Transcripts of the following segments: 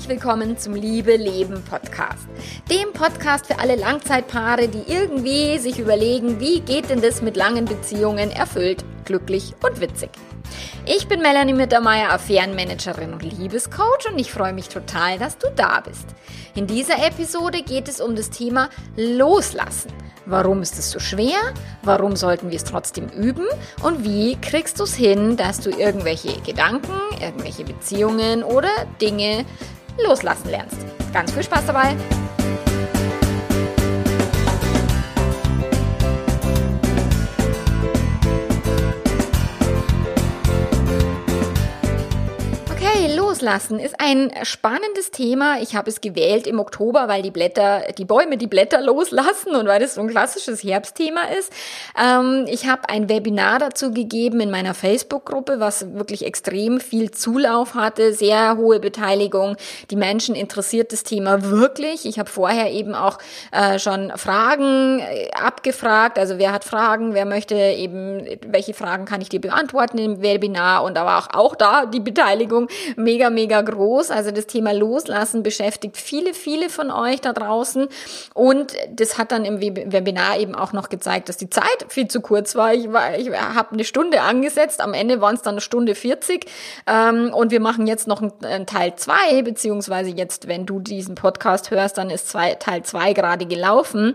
herzlich willkommen zum Liebe Leben Podcast. Dem Podcast für alle Langzeitpaare, die irgendwie sich überlegen, wie geht denn das mit langen Beziehungen erfüllt, glücklich und witzig. Ich bin Melanie Mittermeier, Affärenmanagerin und Liebescoach und ich freue mich total, dass du da bist. In dieser Episode geht es um das Thema Loslassen. Warum ist es so schwer? Warum sollten wir es trotzdem üben? Und wie kriegst du es hin, dass du irgendwelche Gedanken, irgendwelche Beziehungen oder Dinge loslassen lernst? Ganz viel Spaß dabei! Loslassen ist ein spannendes Thema. Ich habe es gewählt im Oktober, weil die Bäume die Blätter loslassen und weil das so ein klassisches Herbstthema ist. Ich habe ein Webinar dazu gegeben in meiner Facebook-Gruppe, was wirklich extrem viel Zulauf hatte, sehr hohe Beteiligung. Die Menschen interessiert das Thema wirklich. Ich habe vorher eben auch schon Fragen abgefragt. Also wer hat Fragen, wer möchte eben, welche Fragen kann ich dir beantworten im Webinar? Und da war auch da die Beteiligung mega groß. Also das Thema Loslassen beschäftigt viele von euch da draußen. Und das hat dann im Webinar eben auch noch gezeigt, dass die Zeit viel zu kurz war. Ich habe eine Stunde angesetzt, am Ende waren es dann 1:40. Und wir machen jetzt noch einen Teil 2, beziehungsweise jetzt, wenn du diesen Podcast hörst, dann ist Teil 2 gerade gelaufen.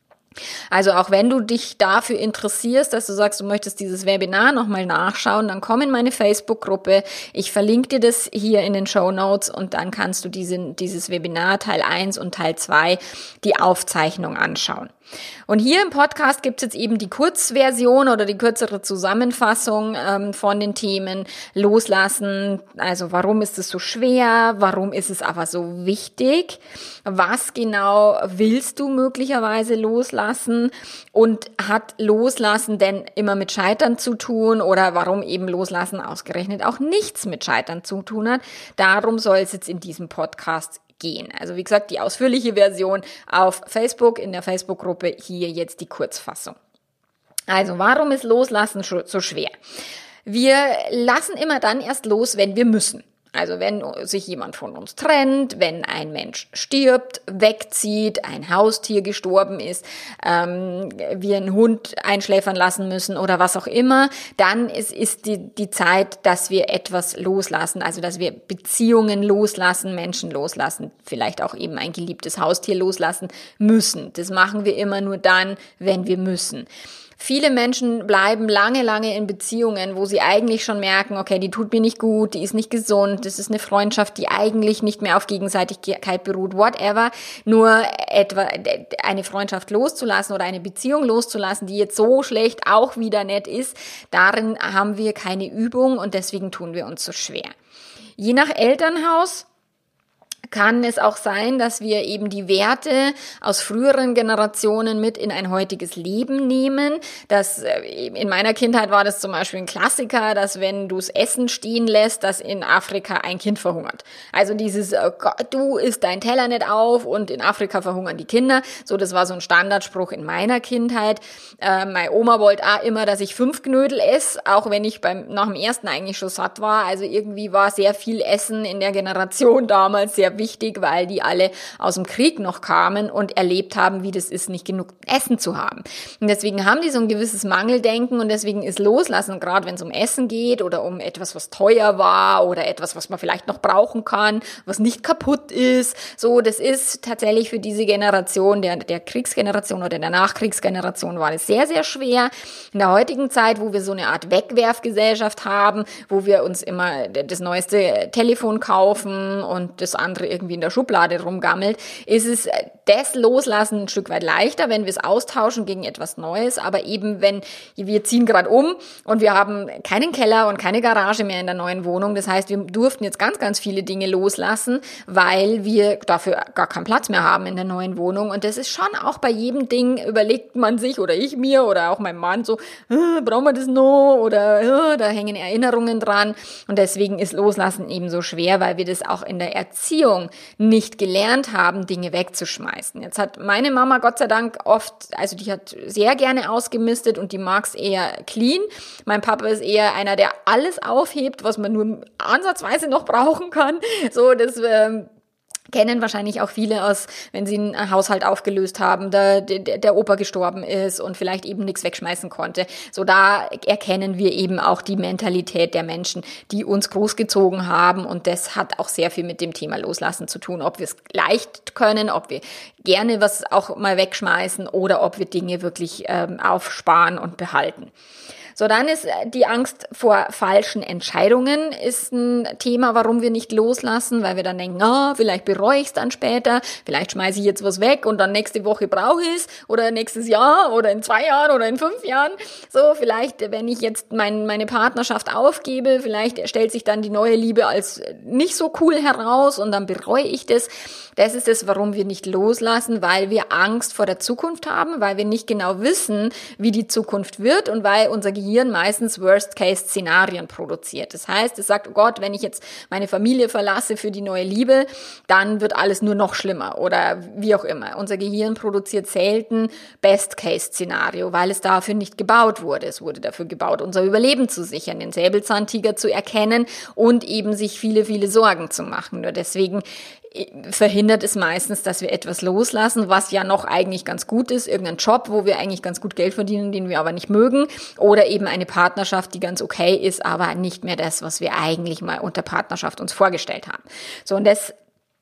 Also auch wenn du dich dafür interessierst, dass du sagst, du möchtest dieses Webinar nochmal nachschauen, dann komm in meine Facebook-Gruppe. Ich verlinke dir das hier in den Shownotes und dann kannst du dieses Webinar Teil 1 und Teil 2 die Aufzeichnung anschauen. Und hier im Podcast gibt's jetzt eben die Kurzversion oder die kürzere Zusammenfassung von den Themen Loslassen. Also warum ist es so schwer? Warum ist es aber so wichtig? Was genau willst du möglicherweise loslassen? Und hat Loslassen denn immer mit Scheitern zu tun? Oder warum eben Loslassen ausgerechnet auch nichts mit Scheitern zu tun hat? Darum soll es jetzt in diesem Podcast gehen. Also wie gesagt, die ausführliche Version auf Facebook, in der Facebook-Gruppe, hier jetzt die Kurzfassung. Also warum ist Loslassen so schwer? Wir lassen immer dann erst los, wenn wir müssen. Also wenn sich jemand von uns trennt, wenn ein Mensch stirbt, wegzieht, ein Haustier gestorben ist, wir einen Hund einschläfern lassen müssen oder was auch immer, dann ist die Zeit, dass wir etwas loslassen, also dass wir Beziehungen loslassen, Menschen loslassen, vielleicht auch eben ein geliebtes Haustier loslassen müssen. Das machen wir immer nur dann, wenn wir müssen. Viele Menschen bleiben lange in Beziehungen, wo sie eigentlich schon merken, okay, die tut mir nicht gut, die ist nicht gesund, das ist eine Freundschaft, die eigentlich nicht mehr auf Gegenseitigkeit beruht, whatever. Nur etwa eine Freundschaft loszulassen oder eine Beziehung loszulassen, die jetzt so schlecht auch wieder nett ist, darin haben wir keine Übung und deswegen tun wir uns so schwer. Je nach Elternhaus kann es auch sein, dass wir eben die Werte aus früheren Generationen mit in ein heutiges Leben nehmen. In meiner Kindheit war das zum Beispiel ein Klassiker, dass wenn du das Essen stehen lässt, dass in Afrika ein Kind verhungert. Also dieses, oh Gott, du isst dein Teller nicht auf und in Afrika verhungern die Kinder. So, das war so ein Standardspruch in meiner Kindheit. Meine Oma wollte auch immer, dass ich 5 Knödel esse, auch wenn ich nach dem ersten eigentlich schon satt war. Also irgendwie war sehr viel Essen in der Generation damals sehr wichtig, weil die alle aus dem Krieg noch kamen und erlebt haben, wie das ist, nicht genug Essen zu haben. Und deswegen haben die so ein gewisses Mangeldenken und deswegen ist Loslassen, gerade wenn es um Essen geht oder um etwas, was teuer war oder etwas, was man vielleicht noch brauchen kann, was nicht kaputt ist. So, das ist tatsächlich für diese Generation, der Kriegsgeneration oder der Nachkriegsgeneration war das sehr schwer. In der heutigen Zeit, wo wir so eine Art Wegwerfgesellschaft haben, wo wir uns immer das neueste Telefon kaufen und das andere irgendwie in der Schublade rumgammelt, ist es das Loslassen ein Stück weit leichter, wenn wir es austauschen gegen etwas Neues, aber eben wenn wir ziehen gerade um und wir haben keinen Keller und keine Garage mehr in der neuen Wohnung, das heißt, wir durften jetzt ganz viele Dinge loslassen, weil wir dafür gar keinen Platz mehr haben in der neuen Wohnung und das ist schon auch bei jedem Ding, überlegt man sich oder ich mir oder auch mein Mann so, brauchen wir das noch oder da hängen Erinnerungen dran und deswegen ist Loslassen eben so schwer, weil wir das auch in der Erziehung nicht gelernt haben, Dinge wegzuschmeißen. Jetzt hat meine Mama Gott sei Dank oft, also die hat sehr gerne ausgemistet und die mag es eher clean. Mein Papa ist eher einer, der alles aufhebt, was man nur ansatzweise noch brauchen kann. So, das Kennen wahrscheinlich auch viele aus, wenn sie einen Haushalt aufgelöst haben, der Opa gestorben ist und vielleicht eben nichts wegschmeißen konnte. So, da erkennen wir eben auch die Mentalität der Menschen, die uns großgezogen haben, und das hat auch sehr viel mit dem Thema Loslassen zu tun, ob wir es leicht können, ob wir gerne was auch mal wegschmeißen oder ob wir Dinge wirklich aufsparen und behalten. So, dann ist die Angst vor falschen Entscheidungen ist ein Thema, warum wir nicht loslassen, weil wir dann denken, vielleicht bereue ich es dann später, vielleicht schmeiße ich jetzt was weg und dann nächste Woche brauche ich es oder nächstes Jahr oder in 2 Jahren oder in 5 Jahren. So, vielleicht, wenn ich jetzt meine Partnerschaft aufgebe, vielleicht stellt sich dann die neue Liebe als nicht so cool heraus und dann bereue ich das. Das ist es, warum wir nicht loslassen, weil wir Angst vor der Zukunft haben, weil wir nicht genau wissen, wie die Zukunft wird und weil unser Gehirn meistens Worst-Case-Szenarien produziert. Das heißt, es sagt, oh Gott, wenn ich jetzt meine Familie verlasse für die neue Liebe, dann wird alles nur noch schlimmer oder wie auch immer. Unser Gehirn produziert selten Best-Case-Szenario, weil es dafür nicht gebaut wurde. Es wurde dafür gebaut, unser Überleben zu sichern, den Säbelzahntiger zu erkennen und eben sich viele, viele Sorgen zu machen. Nur deswegen verhindert es meistens, dass wir etwas loslassen, was ja noch eigentlich ganz gut ist, irgendein Job, wo wir eigentlich ganz gut Geld verdienen, den wir aber nicht mögen, oder eben eine Partnerschaft, die ganz okay ist, aber nicht mehr das, was wir eigentlich mal unter Partnerschaft uns vorgestellt haben. So, und das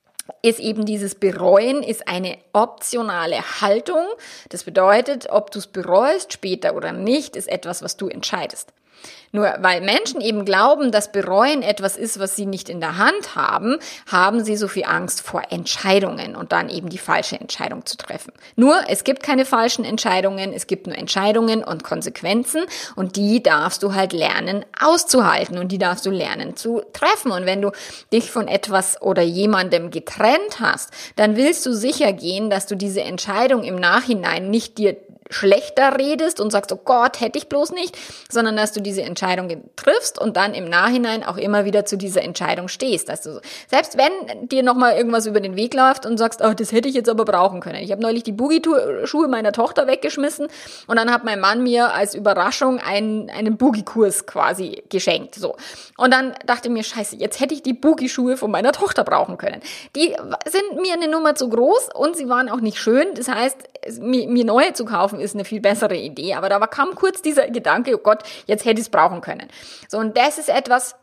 ist eben dieses Bereuen, ist eine optionale Haltung. Das bedeutet, ob du es bereust später oder nicht, ist etwas, was du entscheidest. Nur weil Menschen eben glauben, dass Bereuen etwas ist, was sie nicht in der Hand haben, haben sie so viel Angst vor Entscheidungen und dann eben die falsche Entscheidung zu treffen. Nur, es gibt keine falschen Entscheidungen, es gibt nur Entscheidungen und Konsequenzen und die darfst du halt lernen auszuhalten und die darfst du lernen zu treffen. Und wenn du dich von etwas oder jemandem getrennt hast, dann willst du sicher gehen, dass du diese Entscheidung im Nachhinein nicht dir schlechter redest und sagst, oh Gott, hätte ich bloß nicht, sondern dass du diese Entscheidung triffst und dann im Nachhinein auch immer wieder zu dieser Entscheidung stehst. Dass du, selbst wenn dir nochmal irgendwas über den Weg läuft und sagst, oh, das hätte ich jetzt aber brauchen können. Ich habe neulich die Boogie-Schuhe meiner Tochter weggeschmissen und dann hat mein Mann mir als Überraschung einen Boogie-Kurs quasi geschenkt. So. Und dann dachte ich mir, scheiße, jetzt hätte ich die Boogie-Schuhe von meiner Tochter brauchen können. Die sind mir eine Nummer zu groß und sie waren auch nicht schön. Das heißt, mir neue zu kaufen ist eine viel bessere Idee. Aber da kam kurz dieser Gedanke, oh Gott, jetzt hätte ich es brauchen können. So, und das ist etwas,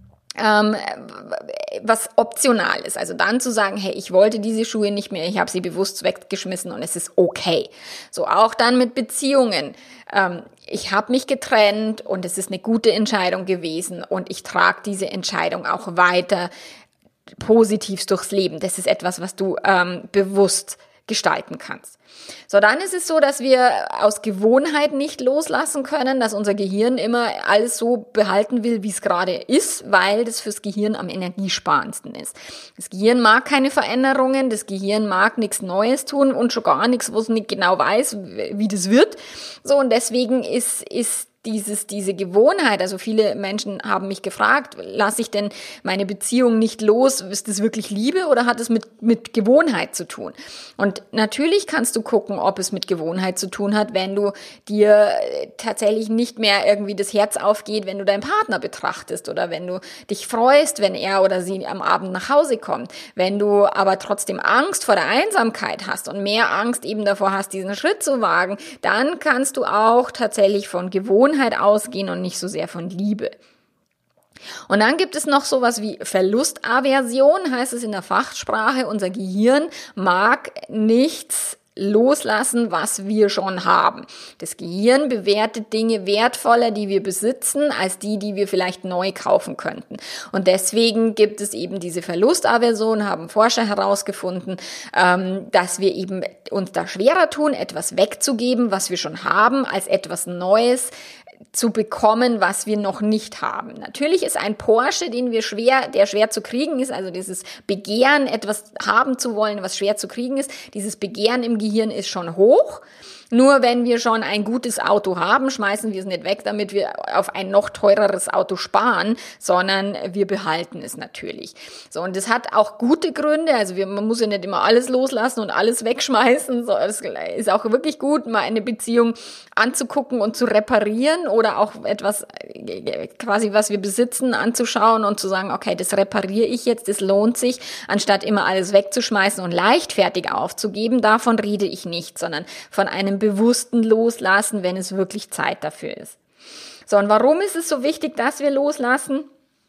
was optional ist. Also dann zu sagen, hey, ich wollte diese Schuhe nicht mehr, ich habe sie bewusst weggeschmissen und es ist okay. So, auch dann mit Beziehungen. Ich habe mich getrennt und es ist eine gute Entscheidung gewesen und ich trage diese Entscheidung auch weiter positiv durchs Leben. Das ist etwas, was du bewusst gestalten kannst. So, dann ist es so, dass wir aus Gewohnheit nicht loslassen können, dass unser Gehirn immer alles so behalten will, wie es gerade ist, weil das fürs Gehirn am energiesparendsten ist. Das Gehirn mag keine Veränderungen, das Gehirn mag nichts Neues tun und schon gar nichts, wo es nicht genau weiß, wie das wird. So, und deswegen ist diese Gewohnheit, also viele Menschen haben mich gefragt, lasse ich denn meine Beziehung nicht los? Ist das wirklich Liebe oder hat es mit Gewohnheit zu tun? Und natürlich kannst du gucken, ob es mit Gewohnheit zu tun hat, wenn du dir tatsächlich nicht mehr irgendwie das Herz aufgeht, wenn du deinen Partner betrachtest oder wenn du dich freust, wenn er oder sie am Abend nach Hause kommt. Wenn du aber trotzdem Angst vor der Einsamkeit hast und mehr Angst eben davor hast, diesen Schritt zu wagen, dann kannst du auch tatsächlich von Gewohnheit ausgehen und nicht so sehr von Liebe. Und dann gibt es noch sowas wie Verlustaversion, heißt es in der Fachsprache. Unser Gehirn mag nichts loslassen, was wir schon haben. Das Gehirn bewertet Dinge wertvoller, die wir besitzen, als die wir vielleicht neu kaufen könnten. Und deswegen gibt es eben diese Verlustaversion, haben Forscher herausgefunden, dass wir eben uns da schwerer tun, etwas wegzugeben, was wir schon haben, als etwas Neues zu bekommen, was wir noch nicht haben. Natürlich ist ein Porsche, der schwer zu kriegen ist, also dieses Begehren, etwas haben zu wollen, was schwer zu kriegen ist, dieses Begehren im Gehirn ist schon hoch. Nur wenn wir schon ein gutes Auto haben, schmeißen wir es nicht weg, damit wir auf ein noch teureres Auto sparen, sondern wir behalten es natürlich. So, und das hat auch gute Gründe. Also man muss ja nicht immer alles loslassen und alles wegschmeißen. So, es ist auch wirklich gut, mal eine Beziehung anzugucken und zu reparieren oder auch etwas quasi, was wir besitzen, anzuschauen und zu sagen, okay, das repariere ich jetzt, das lohnt sich, anstatt immer alles wegzuschmeißen und leichtfertig aufzugeben. Davon rede ich nicht, sondern von einem bewussten Loslassen, wenn es wirklich Zeit dafür ist. So, und warum ist es so wichtig, dass wir loslassen?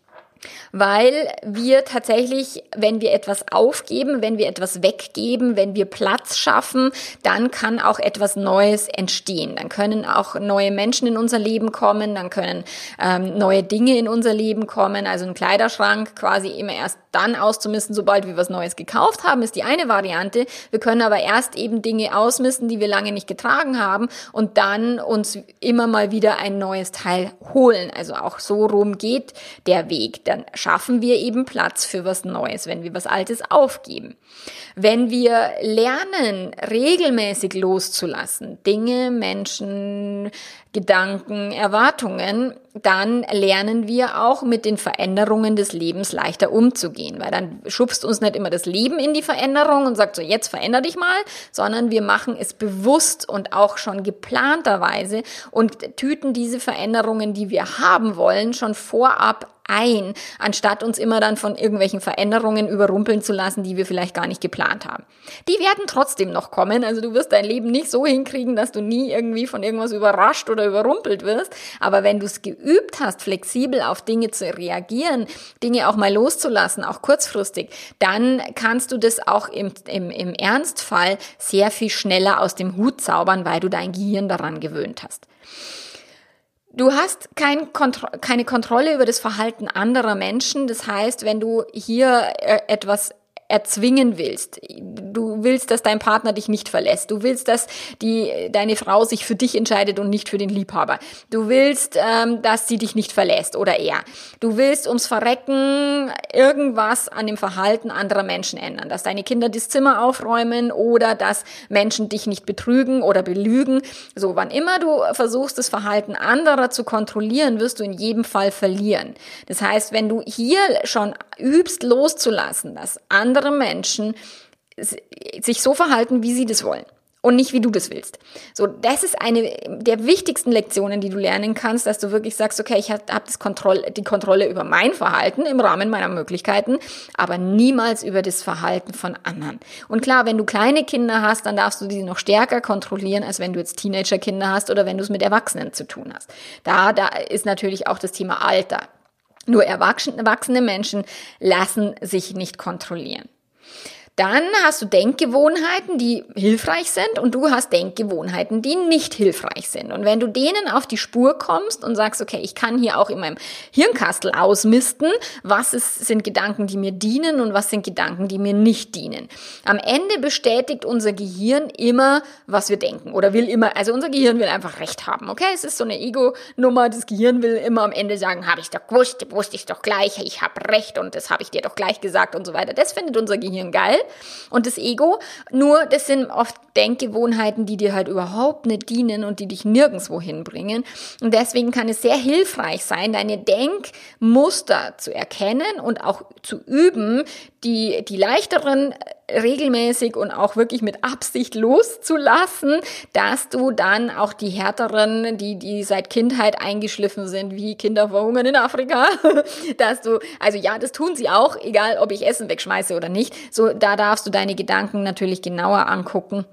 Weil wir tatsächlich, wenn wir etwas aufgeben, wenn wir etwas weggeben, wenn wir Platz schaffen, dann kann auch etwas Neues entstehen. Dann können auch neue Menschen in unser Leben kommen, dann können neue Dinge in unser Leben kommen. Also ein Kleiderschrank quasi immer erst dann auszumisten, sobald wir was Neues gekauft haben, ist die eine Variante. Wir können aber erst eben Dinge ausmisten, die wir lange nicht getragen haben und dann uns immer mal wieder ein neues Teil holen. Also auch so rum geht der Weg. Dann schaffen wir eben Platz für was Neues, wenn wir was Altes aufgeben. Wenn wir lernen, regelmäßig loszulassen, Dinge, Menschen, Gedanken, Erwartungen, dann lernen wir auch mit den Veränderungen des Lebens leichter umzugehen, weil dann schubst uns nicht immer das Leben in die Veränderung und sagt so, jetzt veränder dich mal, sondern wir machen es bewusst und auch schon geplanterweise und tüten diese Veränderungen, die wir haben wollen, schon vorab ein, anstatt uns immer dann von irgendwelchen Veränderungen überrumpeln zu lassen, die wir vielleicht gar nicht geplant haben. Die werden trotzdem noch kommen, also du wirst dein Leben nicht so hinkriegen, dass du nie irgendwie von irgendwas überrascht oder überrumpelt wirst, aber wenn du es geübt hast, flexibel auf Dinge zu reagieren, Dinge auch mal loszulassen, auch kurzfristig, dann kannst du das auch im Ernstfall sehr viel schneller aus dem Hut zaubern, weil du dein Gehirn daran gewöhnt hast. Du hast keine Kontrolle über das Verhalten anderer Menschen. Das heißt, wenn du hier etwas erzwingen willst. Du willst, dass dein Partner dich nicht verlässt. Du willst, dass deine Frau sich für dich entscheidet und nicht für den Liebhaber. Du willst, dass sie dich nicht verlässt oder er. Du willst ums Verrecken irgendwas an dem Verhalten anderer Menschen ändern. Dass deine Kinder das Zimmer aufräumen oder dass Menschen dich nicht betrügen oder belügen. So, wann immer du versuchst, das Verhalten anderer zu kontrollieren, wirst du in jedem Fall verlieren. Das heißt, wenn du hier schon übst, loszulassen, dass andere Menschen sich so verhalten, wie sie das wollen und nicht, wie du das willst. So, das ist eine der wichtigsten Lektionen, die du lernen kannst, dass du wirklich sagst, okay, ich habe die Kontrolle über mein Verhalten im Rahmen meiner Möglichkeiten, aber niemals über das Verhalten von anderen. Und klar, wenn du kleine Kinder hast, dann darfst du die noch stärker kontrollieren, als wenn du jetzt Teenagerkinder hast oder wenn du es mit Erwachsenen zu tun hast. Da ist natürlich auch das Thema Alter. Nur erwachsene Menschen lassen sich nicht kontrollieren. Dann hast du Denkgewohnheiten, die hilfreich sind und du hast Denkgewohnheiten, die nicht hilfreich sind. Und wenn du denen auf die Spur kommst und sagst, okay, ich kann hier auch in meinem Hirnkastel ausmisten, sind Gedanken, die mir dienen und was sind Gedanken, die mir nicht dienen. Am Ende bestätigt unser Gehirn immer, was wir denken oder also unser Gehirn will einfach Recht haben, okay? Es ist so eine Ego-Nummer, das Gehirn will immer am Ende sagen, habe ich doch gewusst, wusste ich doch gleich, ich habe Recht und das habe ich dir doch gleich gesagt und so weiter. Das findet unser Gehirn geil. Und das Ego, nur das sind oft Denkgewohnheiten, die dir halt überhaupt nicht dienen und die dich nirgendwo hinbringen. Und deswegen kann es sehr hilfreich sein, deine Denkmuster zu erkennen und auch zu üben, die leichteren regelmäßig und auch wirklich mit Absicht loszulassen, dass du dann auch die härteren, die seit Kindheit eingeschliffen sind, wie Kinder verhungern in Afrika, dass du, also ja, das tun sie auch, egal ob ich Essen wegschmeiße oder nicht, so da darfst du deine Gedanken natürlich genauer angucken.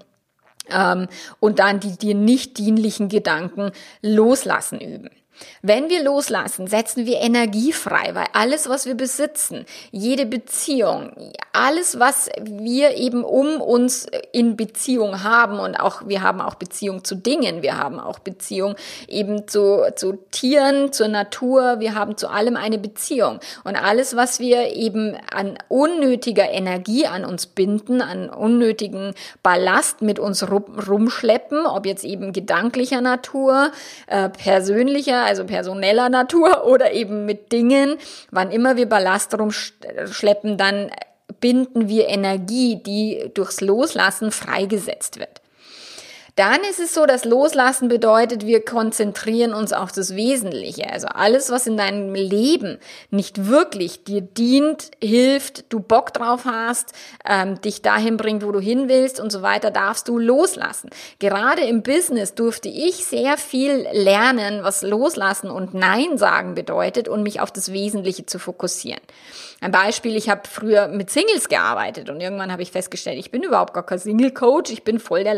Und dann die dir nicht dienlichen Gedanken loslassen üben. Wenn wir loslassen, setzen wir Energie frei, weil alles, was wir besitzen, jede Beziehung, alles, was wir eben um uns in Beziehung haben und auch, wir haben auch Beziehung zu Dingen, wir haben auch Beziehung eben zu Tieren, zur Natur, wir haben zu allem eine Beziehung. Und alles, was wir eben an unnötiger Energie an uns binden, an unnötigen Ballast mit uns rumschleppen, ob jetzt eben gedanklicher Natur, persönlicher, also personeller Natur oder eben mit Dingen, wann immer wir Ballast rumschleppen, dann binden wir Energie, die durchs Loslassen freigesetzt wird. Dann ist es so, dass Loslassen bedeutet, wir konzentrieren uns auf das Wesentliche. Also alles, was in deinem Leben nicht wirklich dir dient, hilft, du Bock drauf hast, dich dahin bringt, wo du hin willst und so weiter, darfst du loslassen. Gerade im Business durfte ich sehr viel lernen, was Loslassen und Nein sagen bedeutet und mich auf das Wesentliche zu fokussieren. Ein Beispiel, ich habe früher mit Singles gearbeitet und irgendwann habe ich festgestellt, ich bin überhaupt gar kein Single-Coach, ich bin voll der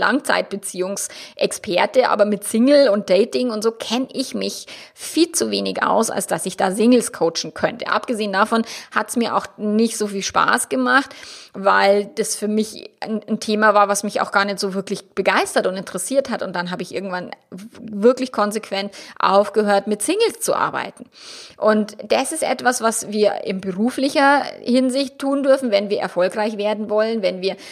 Langzeitbeziehungsexperte, aber mit Single und Dating und so kenne ich mich viel zu wenig aus, als dass ich da Singles coachen könnte. Abgesehen davon hat es mir auch nicht so viel Spaß gemacht, weil das für mich ein Thema war, was mich auch gar nicht so wirklich begeistert und interessiert hat. Und dann habe ich irgendwann wirklich konsequent aufgehört, mit Singles zu arbeiten. Und das ist etwas, was wir in beruflicher Hinsicht tun dürfen, wenn wir erfolgreich werden wollen, wenn wir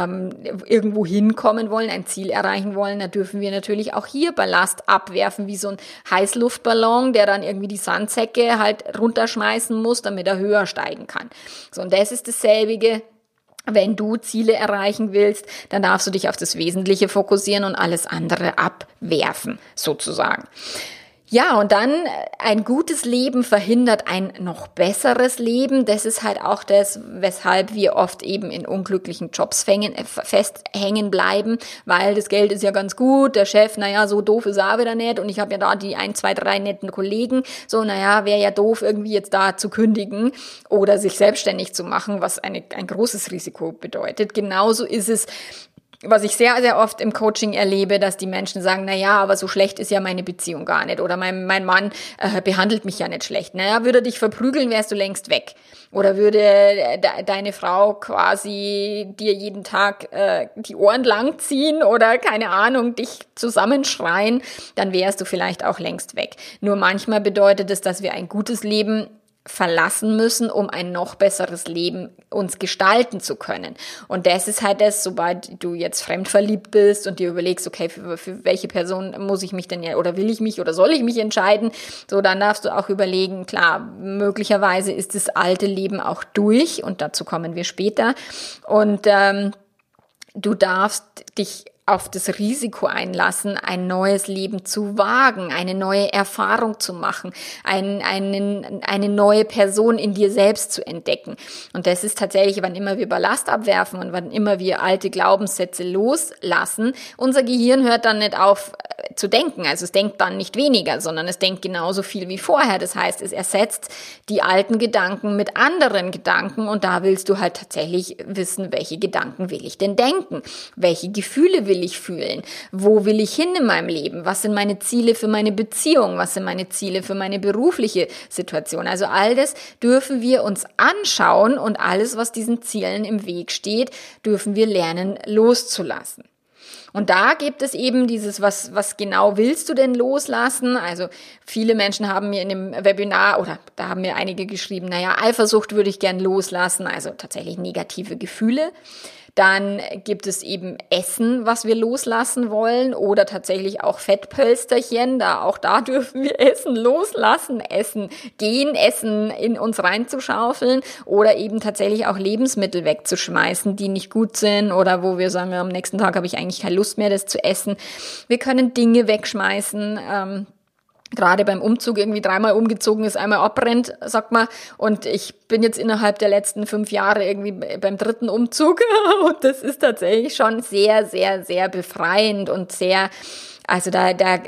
irgendwo hinkommen wollen, ein Ziel erreichen wollen. Da dürfen wir natürlich auch hier Ballast abwerfen, wie so ein Heißluftballon, der dann irgendwie die Sandsäcke halt runterschmeißen muss, damit er höher steigen kann. So, und das ist dasselbige. Wenn du Ziele erreichen willst, dann darfst du dich auf das Wesentliche fokussieren und alles andere abwerfen, sozusagen. Ja, und dann ein gutes Leben verhindert ein noch besseres Leben. Das ist halt auch das, weshalb wir oft eben in unglücklichen Jobs festhängen bleiben, weil das Geld ist ja ganz gut, der Chef, naja, so doof ist er wieder nicht und ich habe ja da die 1, 2, 3 netten Kollegen, so, naja, wäre ja doof, irgendwie jetzt da zu kündigen oder sich selbstständig zu machen, was ein großes Risiko bedeutet. Genauso ist es, was ich sehr, sehr oft im Coaching erlebe, dass die Menschen sagen, na ja, aber so schlecht ist ja meine Beziehung gar nicht. Oder mein Mann behandelt mich ja nicht schlecht. Naja, würde er dich verprügeln, wärst du längst weg. Oder würde deine Frau quasi dir jeden Tag die Ohren langziehen oder, keine Ahnung, dich zusammenschreien, dann wärst du vielleicht auch längst weg. Nur manchmal bedeutet es, dass wir ein gutes Leben verlassen müssen, um ein noch besseres Leben uns gestalten zu können. Und das ist halt das, sobald du jetzt fremdverliebt bist und dir überlegst, okay, für welche Person muss ich mich denn ja, oder will ich mich oder soll ich mich entscheiden, so, dann darfst du auch überlegen, klar, möglicherweise ist das alte Leben auch durch und dazu kommen wir später und du darfst dich auf das Risiko einlassen, ein neues Leben zu wagen, eine neue Erfahrung zu machen, eine neue Person in dir selbst zu entdecken. Und das ist tatsächlich, wann immer wir Ballast abwerfen und wann immer wir alte Glaubenssätze loslassen, unser Gehirn hört dann nicht auf zu denken. Also es denkt dann nicht weniger, sondern es denkt genauso viel wie vorher. Das heißt, es ersetzt die alten Gedanken mit anderen Gedanken und da willst du halt tatsächlich wissen, welche Gedanken will ich denn denken? Welche Gefühle will ich fühlen? Wo will ich hin in meinem Leben? Was sind meine Ziele für meine Beziehung? Was sind meine Ziele für meine berufliche Situation? Also all das dürfen wir uns anschauen und alles, was diesen Zielen im Weg steht, dürfen wir lernen loszulassen. Und da gibt es eben dieses, was genau willst du denn loslassen? Also viele Menschen haben mir in dem Webinar, oder da haben mir einige geschrieben, naja, Eifersucht würde ich gern loslassen, also tatsächlich negative Gefühle. Dann gibt es eben Essen, was wir loslassen wollen oder tatsächlich auch Fettpölsterchen. Auch da dürfen wir Essen loslassen, Essen gehen, Essen in uns reinzuschaufeln oder eben tatsächlich auch Lebensmittel wegzuschmeißen, die nicht gut sind oder wo wir sagen, am nächsten Tag habe ich eigentlich keine Lust mehr, das zu essen. Wir können Dinge wegschmeißen, gerade beim Umzug irgendwie 3-mal umgezogen ist, einmal abbrennt, sagt man. Und ich bin jetzt innerhalb der letzten 5 Jahre irgendwie beim 3. Umzug. Und das ist tatsächlich schon sehr, sehr, sehr befreiend und sehr, also da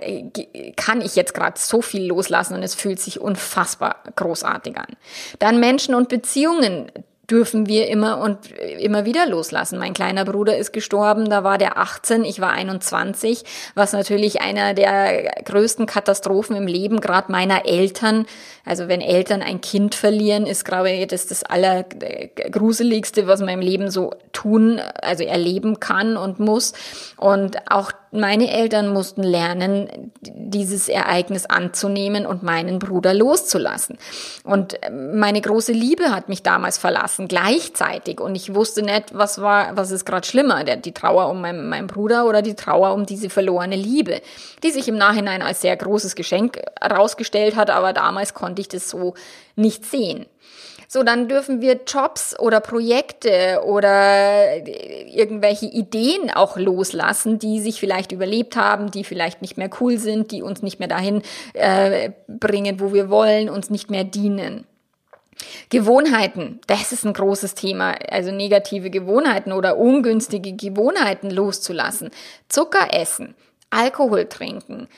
kann ich jetzt gerade so viel loslassen und es fühlt sich unfassbar großartig an. Dann Menschen und Beziehungen dürfen wir immer und immer wieder loslassen. Mein kleiner Bruder ist gestorben, da war der 18, ich war 21, was natürlich einer der größten Katastrophen im Leben gerade meiner Eltern, also wenn Eltern ein Kind verlieren, ist glaube ich das Allergruseligste, was man im Leben so tun, also erleben kann und muss. Und auch meine Eltern mussten lernen, dieses Ereignis anzunehmen und meinen Bruder loszulassen. Und meine große Liebe hat mich damals verlassen, gleichzeitig. Und ich wusste nicht, was ist gerade schlimmer, die Trauer um meinen Bruder oder die Trauer um diese verlorene Liebe, die sich im Nachhinein als sehr großes Geschenk herausgestellt hat, aber damals konnte ich das so nicht sehen. So, dann dürfen wir Jobs oder Projekte oder irgendwelche Ideen auch loslassen, die sich vielleicht überlebt haben, die vielleicht nicht mehr cool sind, die uns nicht mehr dahin bringen, wo wir wollen, uns nicht mehr dienen. Gewohnheiten, das ist ein großes Thema, also negative Gewohnheiten oder ungünstige Gewohnheiten loszulassen. Zucker essen, Alkohol trinken,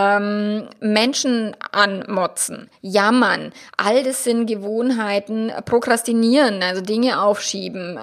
Menschen anmotzen, jammern, all das sind Gewohnheiten, prokrastinieren, also Dinge aufschieben,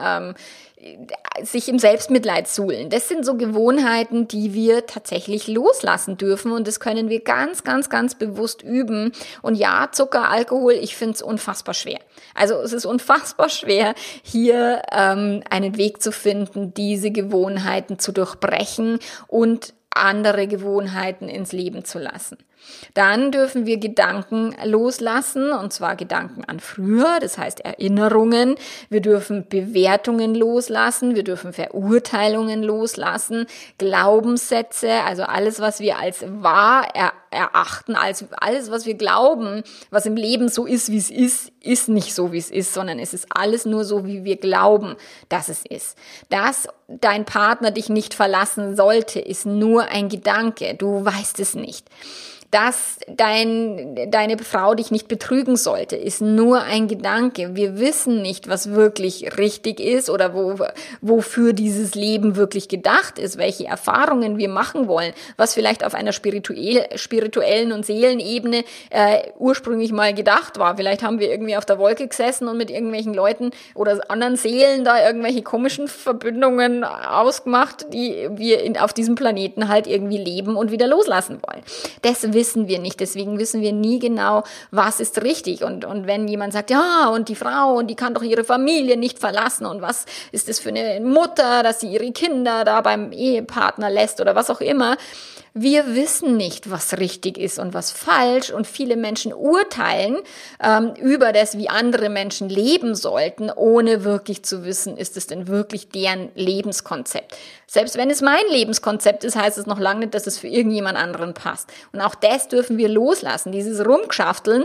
sich im Selbstmitleid suhlen. Das sind so Gewohnheiten, die wir tatsächlich loslassen dürfen und das können wir ganz, ganz, ganz bewusst üben. Und ja, Zucker, Alkohol, ich finde es unfassbar schwer. Also es ist unfassbar schwer, hier einen Weg zu finden, diese Gewohnheiten zu durchbrechen und andere Gewohnheiten ins Leben zu lassen. Dann dürfen wir Gedanken loslassen, und zwar Gedanken an früher, das heißt Erinnerungen. Wir dürfen Bewertungen loslassen, wir dürfen Verurteilungen loslassen, Glaubenssätze, also alles, was wir als wahr erachten, als alles, was wir glauben, was im Leben so ist, wie es ist nicht so, wie es ist, sondern es ist alles nur so, wie wir glauben, dass es ist. Dass dein Partner dich nicht verlassen sollte, ist nur ein Gedanke, du weißt es nicht. Dass deine Frau dich nicht betrügen sollte, ist nur ein Gedanke. Wir wissen nicht, was wirklich richtig ist oder wofür dieses Leben wirklich gedacht ist, welche Erfahrungen wir machen wollen, was vielleicht auf einer spirituellen und Seelenebene ursprünglich mal gedacht war. Vielleicht haben wir irgendwie auf der Wolke gesessen und mit irgendwelchen Leuten oder anderen Seelen da irgendwelche komischen Verbindungen ausgemacht, die wir auf diesem Planeten halt irgendwie leben und wieder loslassen wollen. Das wissen wir nicht, deswegen wissen wir nie genau, was ist richtig und wenn jemand sagt, ja, und die Frau, und die kann doch ihre Familie nicht verlassen und was ist das für eine Mutter, dass sie ihre Kinder da beim Ehepartner lässt oder was auch immer. Wir wissen nicht, was richtig ist und was falsch und viele Menschen urteilen über das, wie andere Menschen leben sollten, ohne wirklich zu wissen, ist es denn wirklich deren Lebenskonzept. Selbst wenn es mein Lebenskonzept ist, heißt es noch lange nicht, dass es für irgendjemand anderen passt. Und auch das dürfen wir loslassen, dieses Rumgeschafteln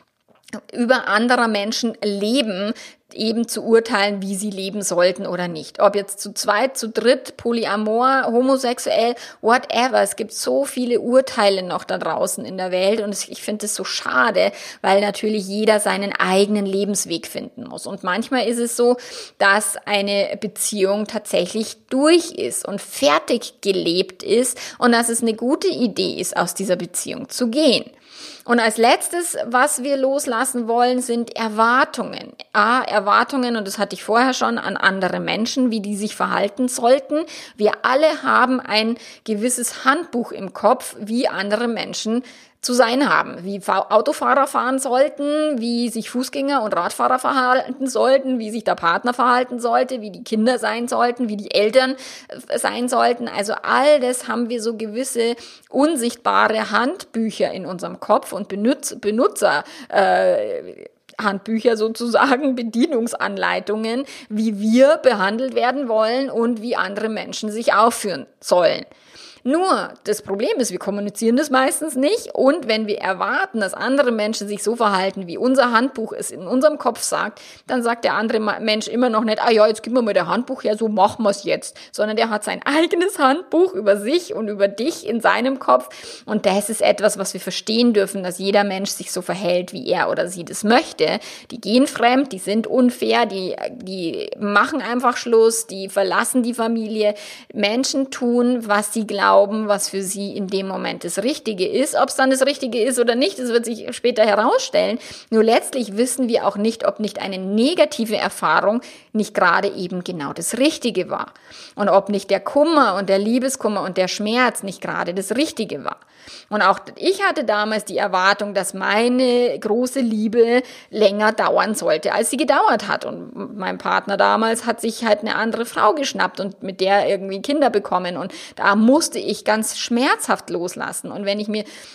über anderer Menschen Leben, eben zu urteilen, wie sie leben sollten oder nicht. Ob jetzt zu zweit, zu dritt, polyamor, homosexuell, whatever. Es gibt so viele Urteile noch da draußen in der Welt und ich finde es so schade, weil natürlich jeder seinen eigenen Lebensweg finden muss. Und manchmal ist es so, dass eine Beziehung tatsächlich durch ist und fertig gelebt ist und dass es eine gute Idee ist, aus dieser Beziehung zu gehen. Und als letztes, was wir loslassen wollen, sind Erwartungen. Erwartungen, und das hatte ich vorher schon, an andere Menschen, wie die sich verhalten sollten. Wir alle haben ein gewisses Handbuch im Kopf, wie andere Menschen zu sein haben, wie Autofahrer fahren sollten, wie sich Fußgänger und Radfahrer verhalten sollten, wie sich der Partner verhalten sollte, wie die Kinder sein sollten, wie die Eltern sein sollten. Also all das haben wir so gewisse unsichtbare Handbücher in unserem Kopf und Benutzer Handbücher sozusagen, Bedienungsanleitungen, wie wir behandelt werden wollen und wie andere Menschen sich aufführen sollen. Nur, das Problem ist, wir kommunizieren das meistens nicht und wenn wir erwarten, dass andere Menschen sich so verhalten, wie unser Handbuch es in unserem Kopf sagt, dann sagt der andere Mensch immer noch nicht, ja, jetzt gib mir mal der Handbuch her, so machen wir es jetzt, sondern der hat sein eigenes Handbuch über sich und über dich in seinem Kopf und das ist etwas, was wir verstehen dürfen, dass jeder Mensch sich so verhält, wie er oder sie das möchte. Die gehen fremd, die sind unfair, die machen einfach Schluss, die verlassen die Familie. Menschen tun, was sie glauben, was für sie in dem Moment das Richtige ist. Ob es dann das Richtige ist oder nicht, das wird sich später herausstellen. Nur letztlich wissen wir auch nicht, ob nicht eine negative Erfahrung nicht gerade eben genau das Richtige war. Und ob nicht der Kummer und der Liebeskummer und der Schmerz nicht gerade das Richtige war. Und auch ich hatte damals die Erwartung, dass meine große Liebe länger dauern sollte, als sie gedauert hat. Und mein Partner damals hat sich halt eine andere Frau geschnappt und mit der irgendwie Kinder bekommen. Und da musste ich ganz schmerzhaft loslassen. Und wenn ich mir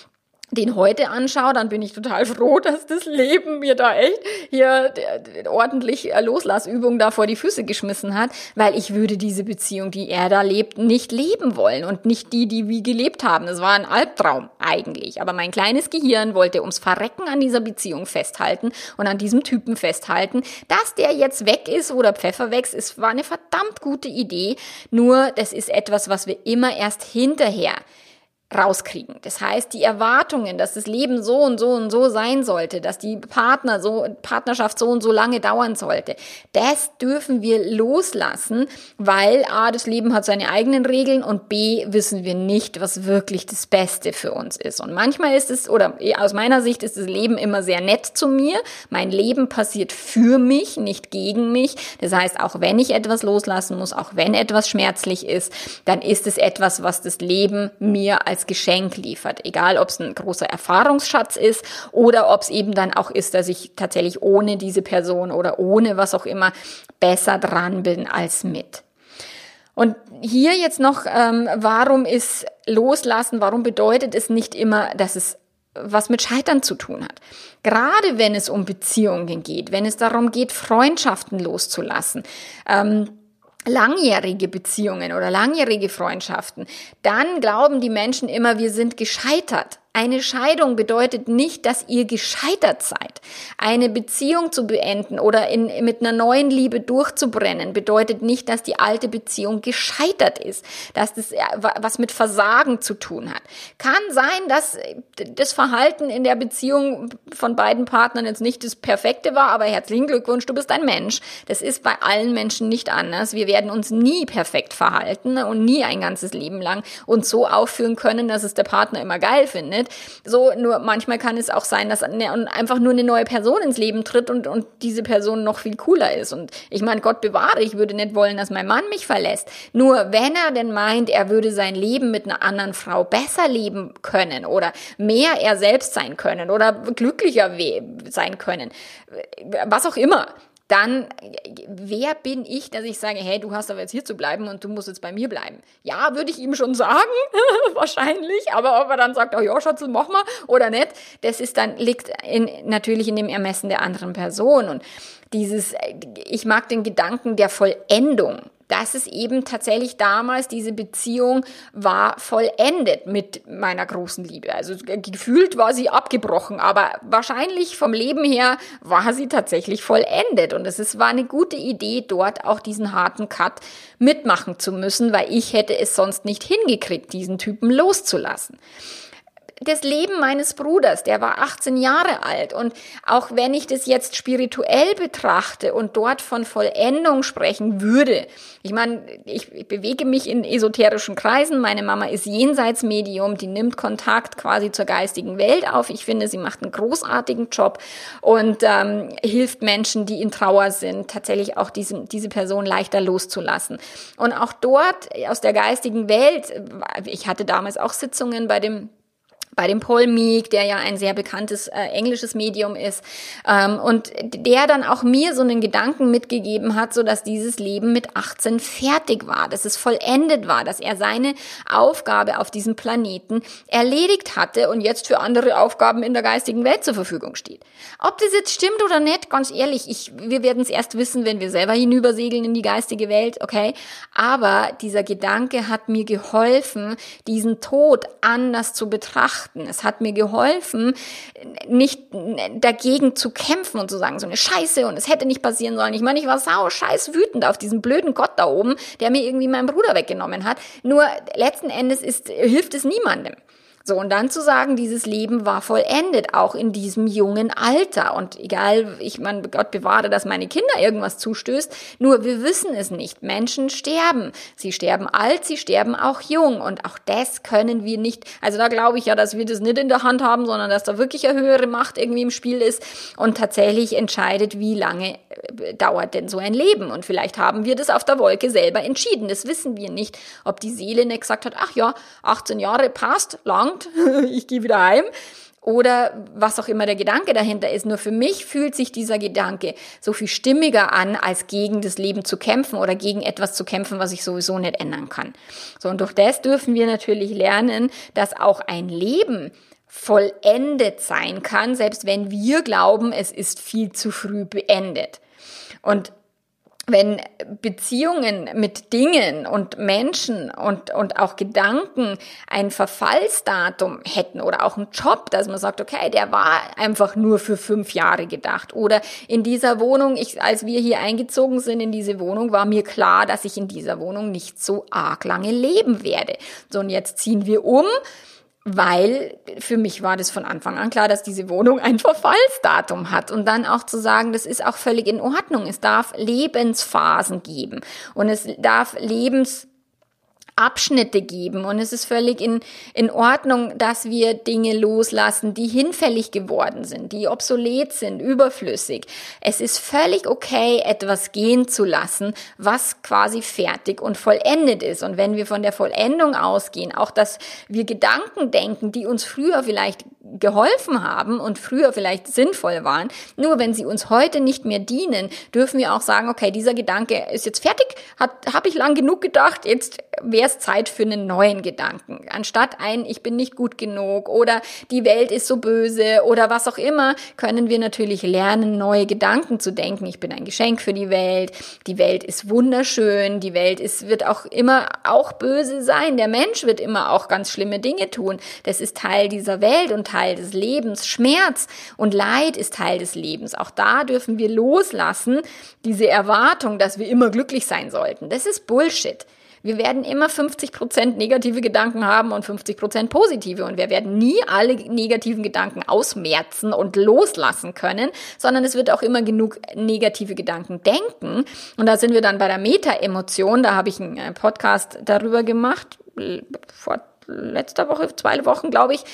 den heute anschaue, dann bin ich total froh, dass das Leben mir da echt hier ordentlich Loslassübung da vor die Füße geschmissen hat, weil ich würde diese Beziehung, die er da lebt, nicht leben wollen und nicht die wir gelebt haben. Das war ein Albtraum eigentlich. Aber mein kleines Gehirn wollte ums Verrecken an dieser Beziehung festhalten und an diesem Typen festhalten. Dass der jetzt weg ist oder Pfeffer wächst, es war eine verdammt gute Idee. Nur das ist etwas, was wir immer erst hinterher rauskriegen. Das heißt, die Erwartungen, dass das Leben so und so und so sein sollte, dass die Partnerschaft so und so lange dauern sollte, das dürfen wir loslassen, weil A, das Leben hat seine eigenen Regeln und B, wissen wir nicht, was wirklich das Beste für uns ist. Und manchmal ist es, oder aus meiner Sicht ist das Leben immer sehr nett zu mir. Mein Leben passiert für mich, nicht gegen mich. Das heißt, auch wenn ich etwas loslassen muss, auch wenn etwas schmerzlich ist, dann ist es etwas, was das Leben mir als Geschenk liefert. Egal, ob es ein großer Erfahrungsschatz ist oder ob es eben dann auch ist, dass ich tatsächlich ohne diese Person oder ohne was auch immer besser dran bin als mit. Und hier jetzt noch, warum ist Loslassen, warum bedeutet es nicht immer, dass es was mit Scheitern zu tun hat. Gerade wenn es um Beziehungen geht, wenn es darum geht, Freundschaften loszulassen, langjährige Beziehungen oder langjährige Freundschaften, dann glauben die Menschen immer, wir sind gescheitert. Eine Scheidung bedeutet nicht, dass ihr gescheitert seid. Eine Beziehung zu beenden oder mit einer neuen Liebe durchzubrennen bedeutet nicht, dass die alte Beziehung gescheitert ist, dass das was mit Versagen zu tun hat. Kann sein, dass das Verhalten in der Beziehung von beiden Partnern jetzt nicht das Perfekte war, aber herzlichen Glückwunsch, du bist ein Mensch. Das ist bei allen Menschen nicht anders. Wir werden uns nie perfekt verhalten und nie ein ganzes Leben lang uns so aufführen können, dass es der Partner immer geil findet. So, nur manchmal kann es auch sein, dass einfach nur eine neue Person ins Leben tritt und diese Person noch viel cooler ist. Und ich meine, Gott bewahre, ich würde nicht wollen, dass mein Mann mich verlässt. Nur wenn er denn meint, er würde sein Leben mit einer anderen Frau besser leben können oder mehr er selbst sein können oder glücklicher sein können, was auch immer, dann, wer bin ich, dass ich sage, hey, du hast aber jetzt hier zu bleiben und du musst jetzt bei mir bleiben? Ja, würde ich ihm schon sagen, wahrscheinlich, aber ob er dann sagt, oh ja, Schatzel, mach mal, oder nicht, das ist dann, liegt natürlich in dem Ermessen der anderen Person. Und ich mag den Gedanken der Vollendung. Dass es eben tatsächlich damals, diese Beziehung war vollendet mit meiner großen Liebe. Also gefühlt war sie abgebrochen, aber wahrscheinlich vom Leben her war sie tatsächlich vollendet. Und war eine gute Idee, dort auch diesen harten Cut mitmachen zu müssen, weil ich hätte es sonst nicht hingekriegt, diesen Typen loszulassen. Das Leben meines Bruders, der war 18 Jahre alt und auch wenn ich das jetzt spirituell betrachte und dort von Vollendung sprechen würde, ich meine, ich bewege mich in esoterischen Kreisen, meine Mama ist Jenseitsmedium, die nimmt Kontakt quasi zur geistigen Welt auf, ich finde, sie macht einen großartigen Job und hilft Menschen, die in Trauer sind, tatsächlich auch diese Person leichter loszulassen. Und auch dort aus der geistigen Welt, ich hatte damals auch Sitzungen bei dem Paul Meek, der ja ein sehr bekanntes englisches Medium ist, und der dann auch mir so einen Gedanken mitgegeben hat, so dass dieses Leben mit 18 fertig war, dass es vollendet war, dass er seine Aufgabe auf diesem Planeten erledigt hatte und jetzt für andere Aufgaben in der geistigen Welt zur Verfügung steht. Ob das jetzt stimmt oder nicht, ganz ehrlich, wir werden es erst wissen, wenn wir selber hinübersegeln in die geistige Welt, okay? Aber dieser Gedanke hat mir geholfen, diesen Tod anders zu betrachten. Es hat mir geholfen, nicht dagegen zu kämpfen und zu sagen, so eine Scheiße und es hätte nicht passieren sollen. Ich meine, ich war scheiß wütend auf diesen blöden Gott da oben, der mir irgendwie meinen Bruder weggenommen hat. Nur letzten Endes hilft es niemandem. So, und dann zu sagen, dieses Leben war vollendet, auch in diesem jungen Alter. Und egal, ich meine, Gott bewahre, dass meine Kinder irgendwas zustößt, nur wir wissen es nicht. Menschen sterben. Sie sterben alt, sie sterben auch jung. Und auch das können wir nicht, also da glaube ich ja, dass wir das nicht in der Hand haben, sondern dass da wirklich eine höhere Macht irgendwie im Spiel ist und tatsächlich entscheidet, wie lange dauert denn so ein Leben. Und vielleicht haben wir das auf der Wolke selber entschieden. Das wissen wir nicht, ob die Seele nicht gesagt hat, ach ja, 18 Jahre passt, langt, ich gehe wieder heim. Oder was auch immer der Gedanke dahinter ist. Nur für mich fühlt sich dieser Gedanke so viel stimmiger an, als gegen das Leben zu kämpfen oder gegen etwas zu kämpfen, was ich sowieso nicht ändern kann. So, und durch das dürfen wir natürlich lernen, dass auch ein Leben vollendet sein kann, selbst wenn wir glauben, es ist viel zu früh beendet. Und wenn Beziehungen mit Dingen und Menschen und auch Gedanken ein Verfallsdatum hätten oder auch einen Job, dass man sagt, okay, der war einfach nur für 5 Jahre gedacht. Oder in dieser Wohnung, als wir hier eingezogen sind in diese Wohnung, war mir klar, dass ich in dieser Wohnung nicht so arg lange leben werde. So, und jetzt ziehen wir um, weil für mich war das von Anfang an klar, dass diese Wohnung ein Verfallsdatum hat. Und dann auch zu sagen, das ist auch völlig in Ordnung. Es darf Lebensphasen geben und es darf Abschnitte geben und es ist völlig in Ordnung, dass wir Dinge loslassen, die hinfällig geworden sind, die obsolet sind, überflüssig. Es ist völlig okay, etwas gehen zu lassen, was quasi fertig und vollendet ist. Und wenn wir von der Vollendung ausgehen, auch dass wir Gedanken denken, die uns früher vielleicht geholfen haben und früher vielleicht sinnvoll waren, nur wenn sie uns heute nicht mehr dienen, dürfen wir auch sagen, okay, dieser Gedanke ist jetzt fertig, habe ich lang genug gedacht, jetzt wäre es Zeit für einen neuen Gedanken. Anstatt ich bin nicht gut genug oder die Welt ist so böse oder was auch immer, können wir natürlich lernen, neue Gedanken zu denken. Ich bin ein Geschenk für die Welt ist wunderschön, die Welt wird auch immer auch böse sein, der Mensch wird immer auch ganz schlimme Dinge tun. Das ist Teil dieser Welt und Teil des Lebens. Schmerz und Leid ist Teil des Lebens. Auch da dürfen wir loslassen, diese Erwartung, dass wir immer glücklich sein sollten. Das ist Bullshit. Wir werden immer 50% negative Gedanken haben und 50% positive und wir werden nie alle negativen Gedanken ausmerzen und loslassen können, sondern es wird auch immer genug negative Gedanken denken. Und da sind wir dann bei der Meta-Emotion, da habe ich einen Podcast darüber gemacht, vor letzter Woche, 2 Wochen, glaube ich,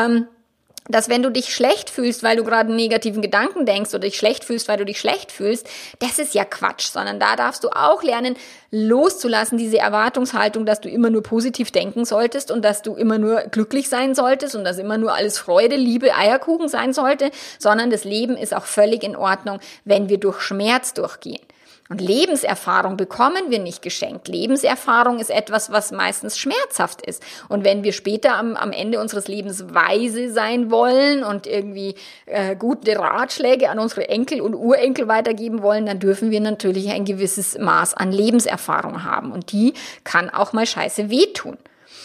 dass wenn du dich schlecht fühlst, weil du gerade einen negativen Gedanken denkst oder dich schlecht fühlst, weil du dich schlecht fühlst, das ist ja Quatsch, sondern da darfst du auch lernen, loszulassen, diese Erwartungshaltung, dass du immer nur positiv denken solltest und dass du immer nur glücklich sein solltest und dass immer nur alles Freude, Liebe, Eierkuchen sein sollte, sondern das Leben ist auch völlig in Ordnung, wenn wir durch Schmerz durchgehen. Und Lebenserfahrung bekommen wir nicht geschenkt. Lebenserfahrung ist etwas, was meistens schmerzhaft ist. Und wenn wir später am Ende unseres Lebens weise sein wollen und irgendwie gute Ratschläge an unsere Enkel und Urenkel weitergeben wollen, dann dürfen wir natürlich ein gewisses Maß an Lebenserfahrung haben. Und die kann auch mal scheiße wehtun.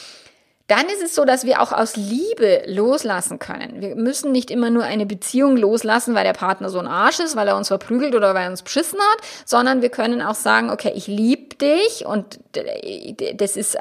Dann ist es so, dass wir auch aus Liebe loslassen können. Wir müssen nicht immer nur eine Beziehung loslassen, weil der Partner so ein Arsch ist, weil er uns verprügelt oder weil er uns beschissen hat, sondern wir können auch sagen, okay, ich liebe dich und das ist,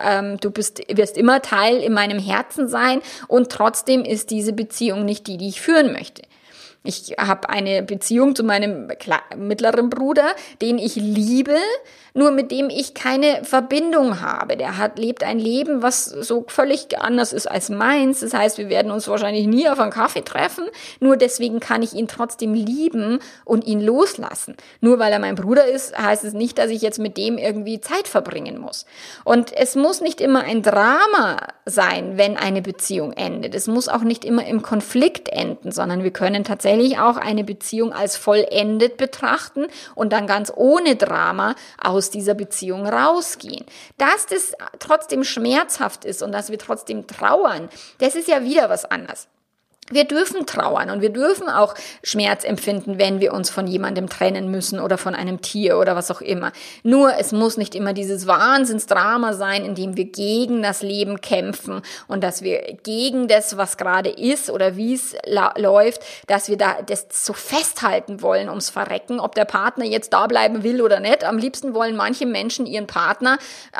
wirst immer Teil in meinem Herzen sein und trotzdem ist diese Beziehung nicht die ich führen möchte. Ich habe eine Beziehung zu meinem mittleren Bruder, den ich liebe, nur mit dem ich keine Verbindung habe. Der lebt ein Leben, was so völlig anders ist als meins. Das heißt, wir werden uns wahrscheinlich nie auf einen Kaffee treffen. Nur deswegen kann ich ihn trotzdem lieben und ihn loslassen. Nur weil er mein Bruder ist, heißt es nicht, dass ich jetzt mit dem irgendwie Zeit verbringen muss. Und es muss nicht immer ein Drama sein, wenn eine Beziehung endet. Es muss auch nicht immer im Konflikt enden, sondern wir können tatsächlich auch eine Beziehung als vollendet betrachten und dann ganz ohne Drama aus dieser Beziehung rausgehen. Dass das trotzdem schmerzhaft ist und dass wir trotzdem trauern, das ist ja wieder was anderes. Wir dürfen trauern und wir dürfen auch Schmerz empfinden, wenn wir uns von jemandem trennen müssen oder von einem Tier oder was auch immer. Nur es muss nicht immer dieses Wahnsinnsdrama sein, in dem wir gegen das Leben kämpfen und dass wir gegen das, was gerade ist oder wie es läuft, dass wir da das so festhalten wollen ums Verrecken, ob der Partner jetzt da bleiben will oder nicht. Am liebsten wollen manche Menschen ihren Partner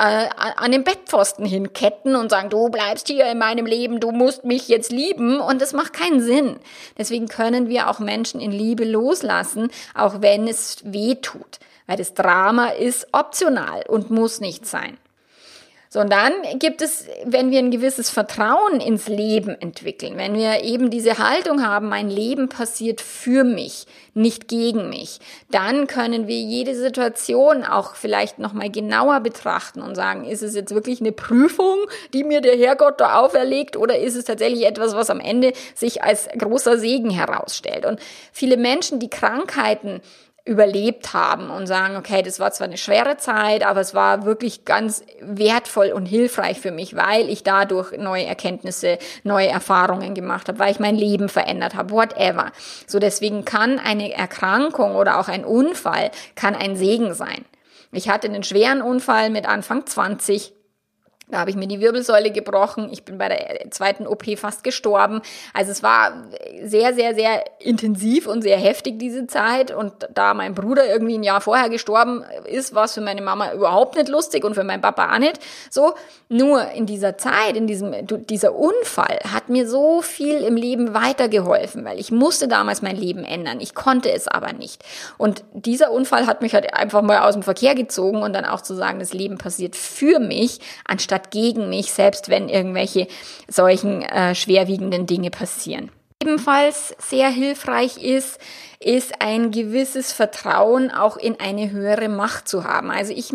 an den Bettpfosten hinketten und sagen, du bleibst hier in meinem Leben, du musst mich jetzt lieben und das macht keinen Sinn. Deswegen können wir auch Menschen in Liebe loslassen, auch wenn es weh tut. Weil das Drama ist optional und muss nicht sein. So, und dann gibt es, wenn wir ein gewisses Vertrauen ins Leben entwickeln, wenn wir eben diese Haltung haben, mein Leben passiert für mich, nicht gegen mich, dann können wir jede Situation auch vielleicht nochmal genauer betrachten und sagen, ist es jetzt wirklich eine Prüfung, die mir der Herrgott da auferlegt, oder ist es tatsächlich etwas, was am Ende sich als großer Segen herausstellt? Und viele Menschen, die Krankheiten überlebt haben und sagen, okay, das war zwar eine schwere Zeit, aber es war wirklich ganz wertvoll und hilfreich für mich, weil ich dadurch neue Erkenntnisse, neue Erfahrungen gemacht habe, weil ich mein Leben verändert habe, whatever. So deswegen kann eine Erkrankung oder auch ein Unfall kann ein Segen sein. Ich hatte einen schweren Unfall mit Anfang 20. Da habe ich mir die Wirbelsäule gebrochen. Ich bin bei der zweiten OP fast gestorben. Also es war sehr, sehr, sehr intensiv und sehr heftig, diese Zeit. Und da mein Bruder irgendwie ein Jahr vorher gestorben ist, war es für meine Mama überhaupt nicht lustig und für meinen Papa auch nicht. So, nur in dieser Zeit, dieser Unfall hat mir so viel im Leben weitergeholfen, weil ich musste damals mein Leben ändern. Ich konnte es aber nicht. Und dieser Unfall hat mich halt einfach mal aus dem Verkehr gezogen und dann auch zu sagen, das Leben passiert für mich, anstatt gegen mich, selbst wenn irgendwelche solchen schwerwiegenden Dinge passieren. Ebenfalls sehr hilfreich ist ein gewisses Vertrauen auch in eine höhere Macht zu haben. Ich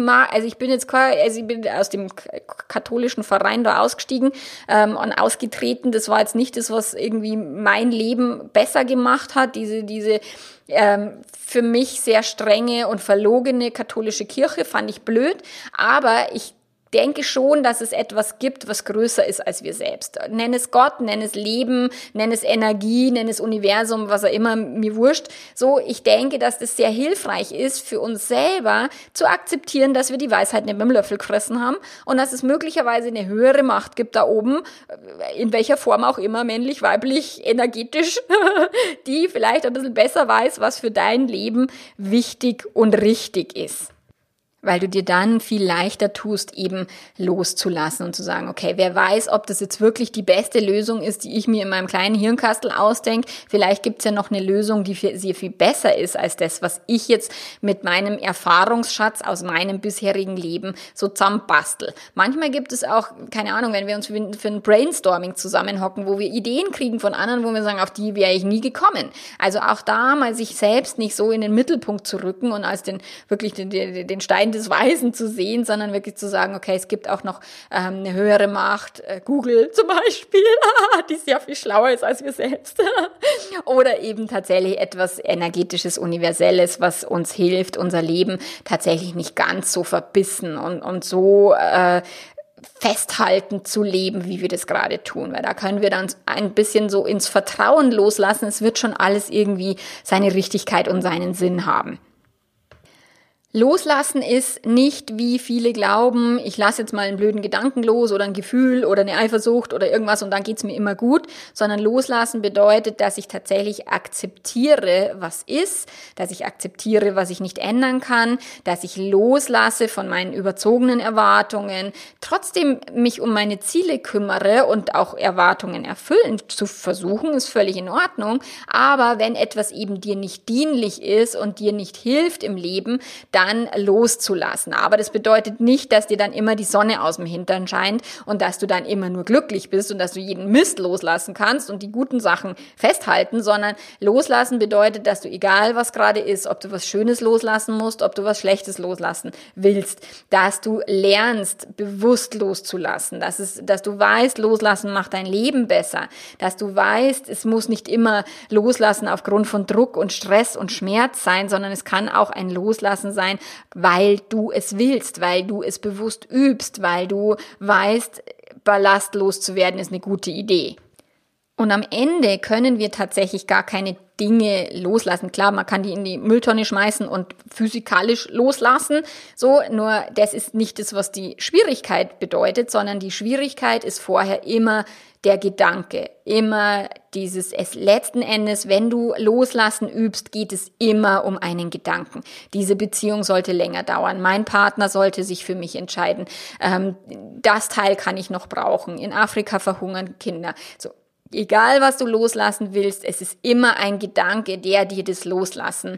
bin aus dem katholischen Verein da ausgestiegen und ausgetreten. Das war jetzt nicht das, was irgendwie mein Leben besser gemacht hat. Diese für mich sehr strenge und verlogene katholische Kirche fand ich blöd, aber ich denke schon, dass es etwas gibt, was größer ist als wir selbst. Nenn es Gott, nenn es Leben, nenn es Energie, nenn es Universum, was auch immer, mir wurscht. So, ich denke, dass das sehr hilfreich ist, für uns selber zu akzeptieren, dass wir die Weisheit nicht mit dem Löffel gefressen haben und dass es möglicherweise eine höhere Macht gibt da oben, in welcher Form auch immer, männlich, weiblich, energetisch, die vielleicht ein bisschen besser weiß, was für dein Leben wichtig und richtig ist. Weil du dir dann viel leichter tust, eben loszulassen und zu sagen, okay, wer weiß, ob das jetzt wirklich die beste Lösung ist, die ich mir in meinem kleinen Hirnkastel ausdenke. Vielleicht gibt's ja noch eine Lösung, die für sie viel besser ist als das, was ich jetzt mit meinem Erfahrungsschatz aus meinem bisherigen Leben so zusammenbastel. Manchmal gibt es auch, keine Ahnung, wenn wir uns für ein Brainstorming zusammenhocken, wo wir Ideen kriegen von anderen, wo wir sagen, auf die wäre ich nie gekommen. Also auch da mal sich selbst nicht so in den Mittelpunkt zu rücken und als den Stein des Weisen zu sehen, sondern wirklich zu sagen, okay, es gibt auch noch eine höhere Macht, Google zum Beispiel, die sehr viel schlauer ist als wir selbst. Oder eben tatsächlich etwas Energetisches, Universelles, was uns hilft, unser Leben tatsächlich nicht ganz so verbissen und so festhalten zu leben, wie wir das gerade tun, weil da können wir dann ein bisschen so ins Vertrauen loslassen, es wird schon alles irgendwie seine Richtigkeit und seinen Sinn haben. Loslassen ist nicht, wie viele glauben, ich lasse jetzt mal einen blöden Gedanken los oder ein Gefühl oder eine Eifersucht oder irgendwas und dann geht's mir immer gut, sondern loslassen bedeutet, dass ich tatsächlich akzeptiere, was ist, dass ich akzeptiere, was ich nicht ändern kann, dass ich loslasse von meinen überzogenen Erwartungen, trotzdem mich um meine Ziele kümmere und auch Erwartungen erfüllen zu versuchen, ist völlig in Ordnung, aber wenn etwas eben dir nicht dienlich ist und dir nicht hilft im Leben, dann loszulassen. Aber das bedeutet nicht, dass dir dann immer die Sonne aus dem Hintern scheint und dass du dann immer nur glücklich bist und dass du jeden Mist loslassen kannst und die guten Sachen festhalten, sondern loslassen bedeutet, dass du, egal was gerade ist, ob du was Schönes loslassen musst, ob du was Schlechtes loslassen willst, dass du lernst, bewusst loszulassen, dass du weißt, loslassen macht dein Leben besser, dass du weißt, es muss nicht immer loslassen aufgrund von Druck und Stress und Schmerz sein, sondern es kann auch ein Loslassen sein, weil du es willst, weil du es bewusst übst, weil du weißt, ballastlos zu werden ist eine gute Idee. Und am Ende können wir tatsächlich gar keine Dinge loslassen. Klar, man kann die in die Mülltonne schmeißen und physikalisch loslassen. So, nur das ist nicht das, was die Schwierigkeit bedeutet, sondern die Schwierigkeit ist vorher immer der Gedanke. Immer letzten Endes, wenn du loslassen übst, geht es immer um einen Gedanken. Diese Beziehung sollte länger dauern. Mein Partner sollte sich für mich entscheiden. Das Teil kann ich noch brauchen. In Afrika verhungern Kinder. So. Egal, was du loslassen willst, es ist immer ein Gedanke, der dir das Loslassen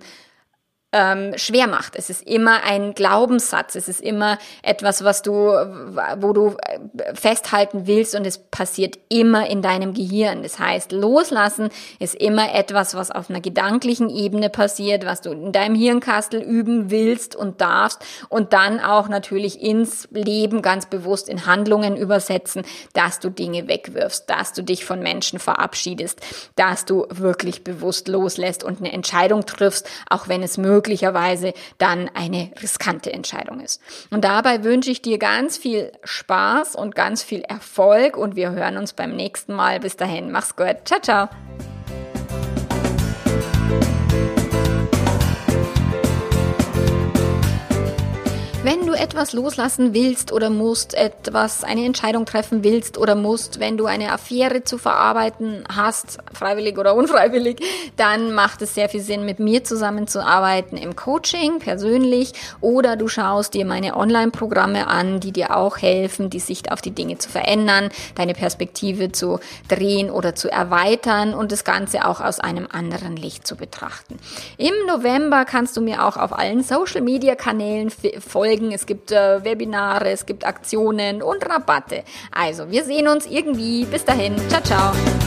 schwer macht. Es ist immer ein Glaubenssatz, es ist immer etwas, wo du festhalten willst und es passiert immer in deinem Gehirn. Das heißt, loslassen ist immer etwas, was auf einer gedanklichen Ebene passiert, was du in deinem Hirnkastel üben willst und darfst und dann auch natürlich ins Leben ganz bewusst in Handlungen übersetzen, dass du Dinge wegwirfst, dass du dich von Menschen verabschiedest, dass du wirklich bewusst loslässt und eine Entscheidung triffst, auch wenn es möglich möglicherweise dann eine riskante Entscheidung ist. Und dabei wünsche ich dir ganz viel Spaß und ganz viel Erfolg und wir hören uns beim nächsten Mal. Bis dahin, mach's gut. Ciao, ciao. Wenn du etwas loslassen willst oder musst, eine Entscheidung treffen willst oder musst, wenn du eine Affäre zu verarbeiten hast, freiwillig oder unfreiwillig, dann macht es sehr viel Sinn, mit mir zusammenzuarbeiten im Coaching, persönlich, oder du schaust dir meine Online-Programme an, die dir auch helfen, die Sicht auf die Dinge zu verändern, deine Perspektive zu drehen oder zu erweitern und das Ganze auch aus einem anderen Licht zu betrachten. Im November kannst du mir auch auf allen Social-Media-Kanälen folgen. Es gibt Webinare, es gibt Aktionen und Rabatte. Also, wir sehen uns irgendwie. Bis dahin. Ciao, ciao.